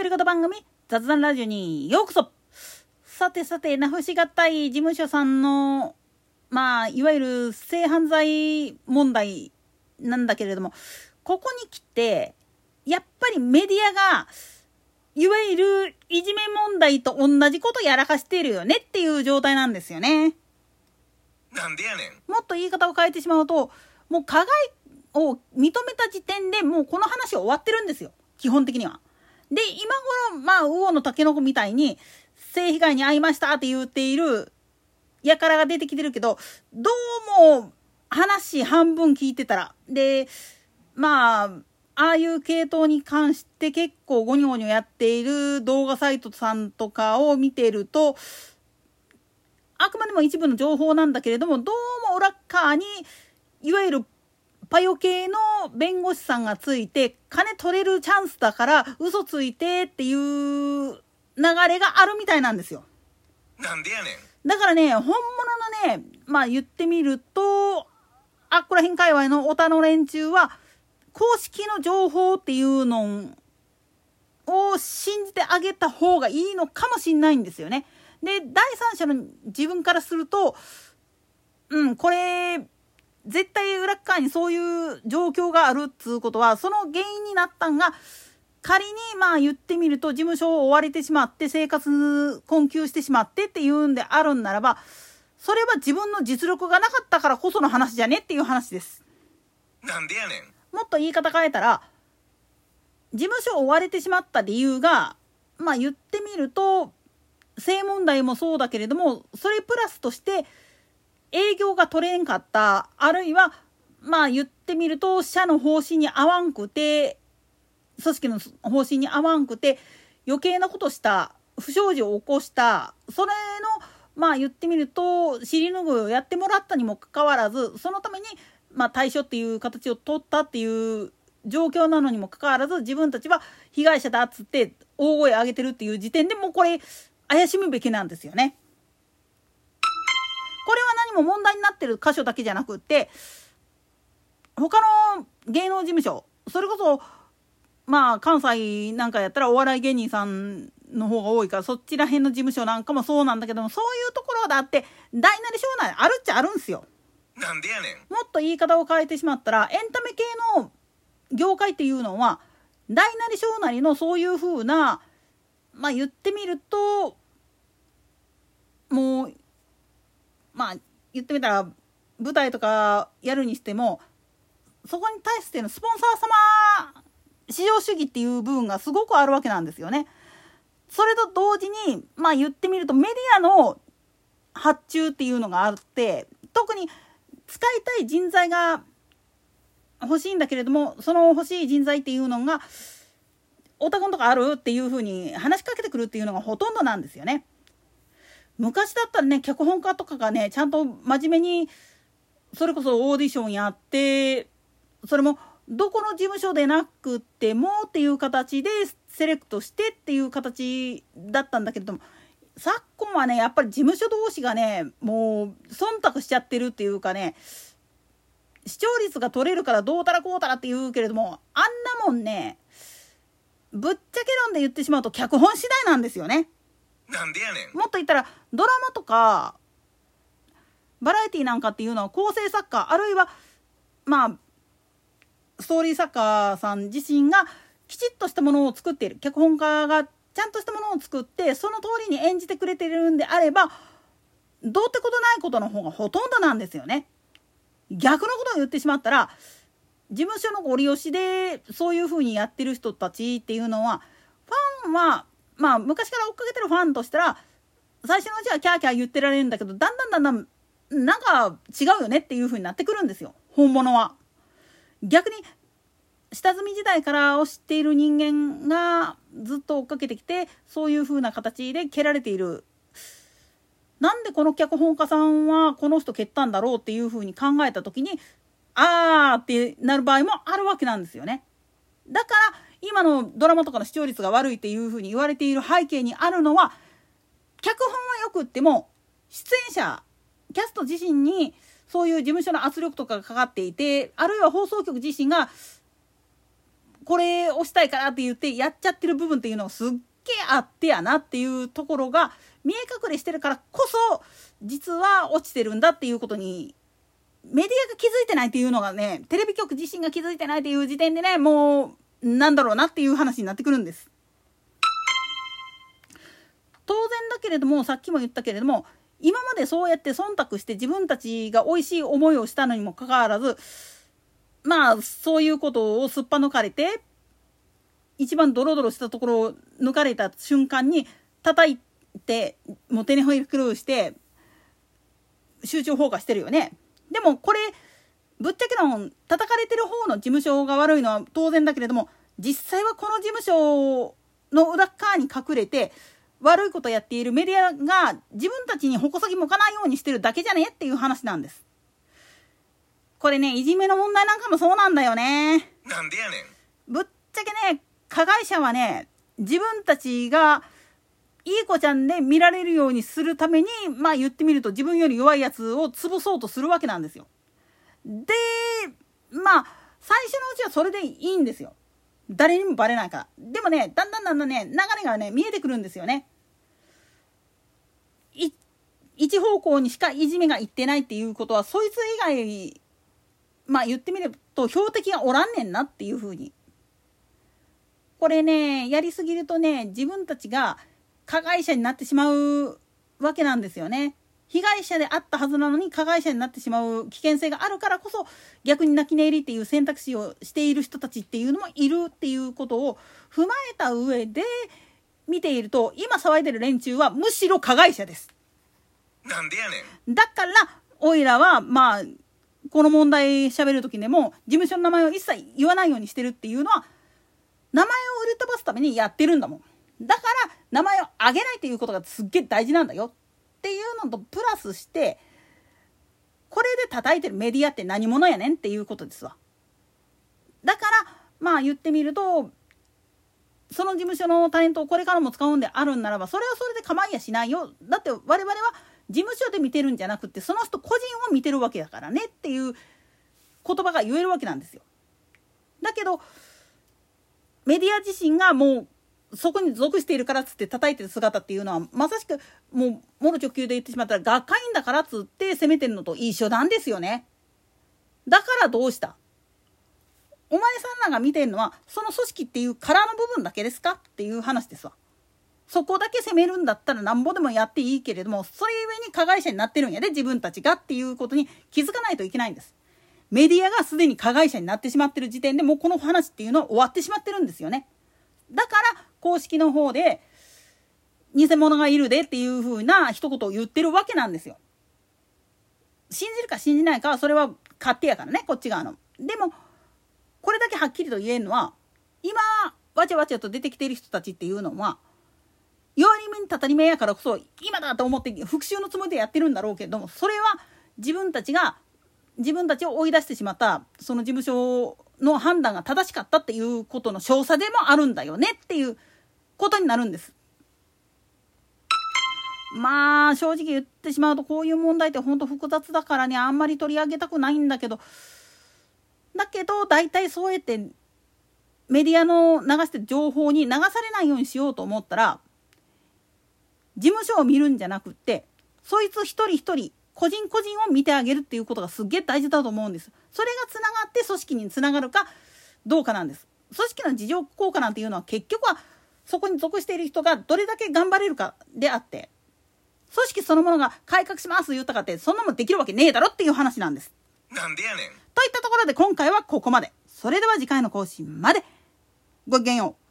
り方番組雑談ラジオにようこそ。さて名不しがたい事務所さんのいわゆる性犯罪問題なんだけれども、ここに来てやっぱりメディアがいわゆるいじめ問題と同じことやらかしているよねっていう状態なんですよね。 なんでやねん。 もっと言い方を変えてしまうと、もう加害を認めた時点でもうこの話は終わってるんですよ、基本的には。で、今頃魚のタケノコみたいに性被害に遭いましたって言っている輩が出てきてるけど、どうも話半分聞いてたら、でああいう系統に関して結構ゴニョゴニョやっている動画サイトさんとかを見てると、あくまでも一部の情報なんだけれども、どうも裏側にいわゆるパヨ系の弁護士さんがついて、金取れるチャンスだから嘘ついてっていう流れがあるみたいなんですよ。 なんでやねん。だからね、本物のね、言ってみると、あっこら辺界隈のオタの連中は公式の情報っていうのを信じてあげた方がいいのかもしれないんですよね。で、第三者の自分からすると、これ絶対裏側にそういう状況があるっつうことは、その原因になったんが、仮に言ってみると事務所を追われてしまって生活困窮してしまってっていうんであるんならば、それは自分の実力がなかったからこその話じゃねっていう話です。 なんでやねん。 もっと言い方変えたら、事務所を追われてしまった理由が言ってみると性問題もそうだけれども、それプラスとして営業が取れんかった、あるいは言ってみると社の方針に合わんくて、組織の方針に合わんくて余計なことした、不祥事を起こした、それの言ってみると尻拭いをやってもらったにもかかわらず、そのために対処っていう形を取ったっていう状況なのにもかかわらず、自分たちは被害者だっつって大声上げてるっていう時点でもうこれ怪しむべきなんですよね。これは何も問題になってる箇所だけじゃなくって、他の芸能事務所、それこそ関西なんかやったらお笑い芸人さんの方が多いから、そっちら辺の事務所なんかもそうなんだけども、そういうところだって大なり小なりあるっちゃあるんすよ。 なんでやねん。 もっと言い方を変えてしまったら、エンタメ系の業界っていうのは大なり小なりのそういう風な言ってみると、もう言ってみたら舞台とかやるにしても、そこに対してのスポンサー様市場主義っていう部分がすごくあるわけなんですよね。それと同時に言ってみるとメディアの発注っていうのがあって、特に使いたい人材が欲しいんだけれども、その欲しい人材っていうのがオタクンとかあるっていう風に話しかけてくるっていうのがほとんどなんですよね。昔だったらね、脚本家とかがね、ちゃんと真面目にそれこそオーディションやって、それもどこの事務所でなくてもっていう形でセレクトしてっていう形だったんだけれども、昨今はね、やっぱり事務所同士がね、もう忖度しちゃってるっていうかね、視聴率が取れるからどうたらこうたらって言うけれども、あんなもんね、ぶっちゃけ論で言ってしまうと脚本次第なんですよね。 なんでやねん。 もっと言ったらドラマとかバラエティなんかっていうのは構成作家、あるいはストーリー作家さん自身がきちっとしたものを作っている、脚本家がちゃんとしたものを作ってその通りに演じてくれてるんであれば、どうってことないことの方がほとんどなんですよね。逆のことを言ってしまったら、事務所のご利用しでそういう風にやってる人たちっていうのは、ファンは昔から追っかけてるファンとしたら最初のうちはキャーキャー言ってられるんだけど、だんだんなんか違うよねっていう風になってくるんですよ、本物は。逆に下積み時代からを知っている人間がずっと追っかけてきて、そういう風な形で蹴られている。なんでこの脚本家さんはこの人蹴ったんだろうっていう風に考えた時に、あーってなる場合もあるわけなんですよね。だから今のドラマとかの視聴率が悪いっていう風に言われている背景にあるのは、脚本はよくっても出演者キャスト自身にそういう事務所の圧力とかがかかっていて、あるいは放送局自身がこれをしたいからって言ってやっちゃってる部分っていうのがすっげえあってやなっていうところが見え隠れしてるからこそ実は落ちてるんだっていうことにメディアが気づいてないっていうのがね、テレビ局自身が気づいてないっていう時点でね、もうなんだろうなっていう話になってくるんです。当然だけれども、さっきも言ったけれども、今までそうやって忖度して自分たちが美味しい思いをしたのにもかかわらず、まあそういうことをすっぱ抜かれて、一番ドロドロしたところを抜かれた瞬間に叩いて、もう手にホイックルして集中放火してるよね。でもこれぶっちゃけの叩かれてる方の事務所が悪いのは当然だけれども、実際はこの事務所の裏側に隠れて悪いことやっているメディアが自分たちに矛先向かないようにしてるだけじゃねっていう話なんです。これね、いじめの問題なんかもそうなんだよね。 なんでやねん。 ぶっちゃけね、加害者はね、自分たちがいい子ちゃんで見られるようにするために、まあ言ってみると自分より弱いやつを潰そうとするわけなんですよ。で、まあ最初のうちはそれでいいんですよ。誰にもバレないから。でもね、だんだんね、流れがね見えてくるんですよね。一方向にしかいじめがいってないっていうことは、そいつ以外、まあ言ってみると標的がおらんねんなっていう風に。これね、やりすぎるとね、自分たちが加害者になってしまうわけなんですよね。被害者であったはずなのに加害者になってしまう危険性があるからこそ、逆に泣き寝入りっていう選択肢をしている人たちっていうのもいるっていうことを踏まえた上で見ていると、今騒いでる連中はむしろ加害者です。 なんでやねん。 だからおいらはまあこの問題喋る時でも事務所の名前を一切言わないようにしてるっていうのは、名前を売り飛ばすためにやってるんだもん。だから名前を挙げないっていうことがすっげえ大事なんだよっていうのとプラスして、これで叩いてるメディアって何者やねんっていうことですわ。だからまあ言ってみると、その事務所のタレントをこれからも使うんであるんならば、それはそれで構いやしないよ。だって我々は事務所で見てるんじゃなくて、その人個人を見てるわけだからねっていう言葉が言えるわけなんですよ。だけどメディア自身がもうそこに属しているからっつって叩いてる姿っていうのは、まさしくもうもろ直球で言ってしまったら学会員だからっつって責めてるのと一緒なんですよね。だからどうした、お前さんらが見てるのはその組織っていう殻の部分だけですかっていう話ですわ。そこだけ責めるんだったらなんぼでもやっていいけれども、それゆえに加害者になってるんやで自分たちがっていうことに気づかないといけないんです。メディアがすでに加害者になってしまってる時点でもうこの話っていうのは終わってしまってるんですよね。だから公式の方で偽物がいるでっていう風な一言を言ってるわけなんですよ。信じるか信じないかはそれは勝手やからね、こっち側の。でもこれだけはっきりと言えるのは、今わちゃわちゃと出てきている人たちっていうのは弱り目にたたり目やからこそ今だと思って復讐のつもりでやってるんだろうけれども、それは自分たちを追い出してしまったその事務所の判断が正しかったっていうことの証左でもあるんだよねっていうことになるんです。まあ正直言ってしまうと、こういう問題って本当複雑だからね、あんまり取り上げたくないんだけど、大体そうやってメディアの流してる情報に流されないようにしようと思ったら、事務所を見るんじゃなくって、そいつ一人一人個人個人を見てあげるっていうことがすっげえ大事だと思うんです。それがつながって組織につながるかどうかなんです。組織の自浄効果なんていうのは結局はそこに属している人がどれだけ頑張れるかであって、組織そのものが改革します言ったかってそんなもんできるわけねえだろっていう話なんです。 なんでやねん。 といったところで今回はここまで。それでは次回の更新まで。ごきげんよう。